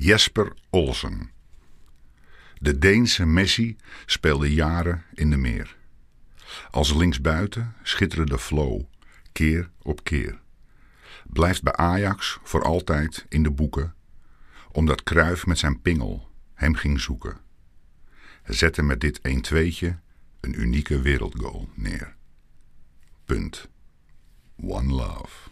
Jesper Olsen. De Deense Messi speelde jaren in de meer. Als linksbuiten schitterde Flo keer op keer. Blijft bij Ajax voor altijd in de boeken, omdat Cruyff met zijn pingel hem ging zoeken. Zette met dit 1-2'tje een unieke wereldgoal neer. Punt. One love.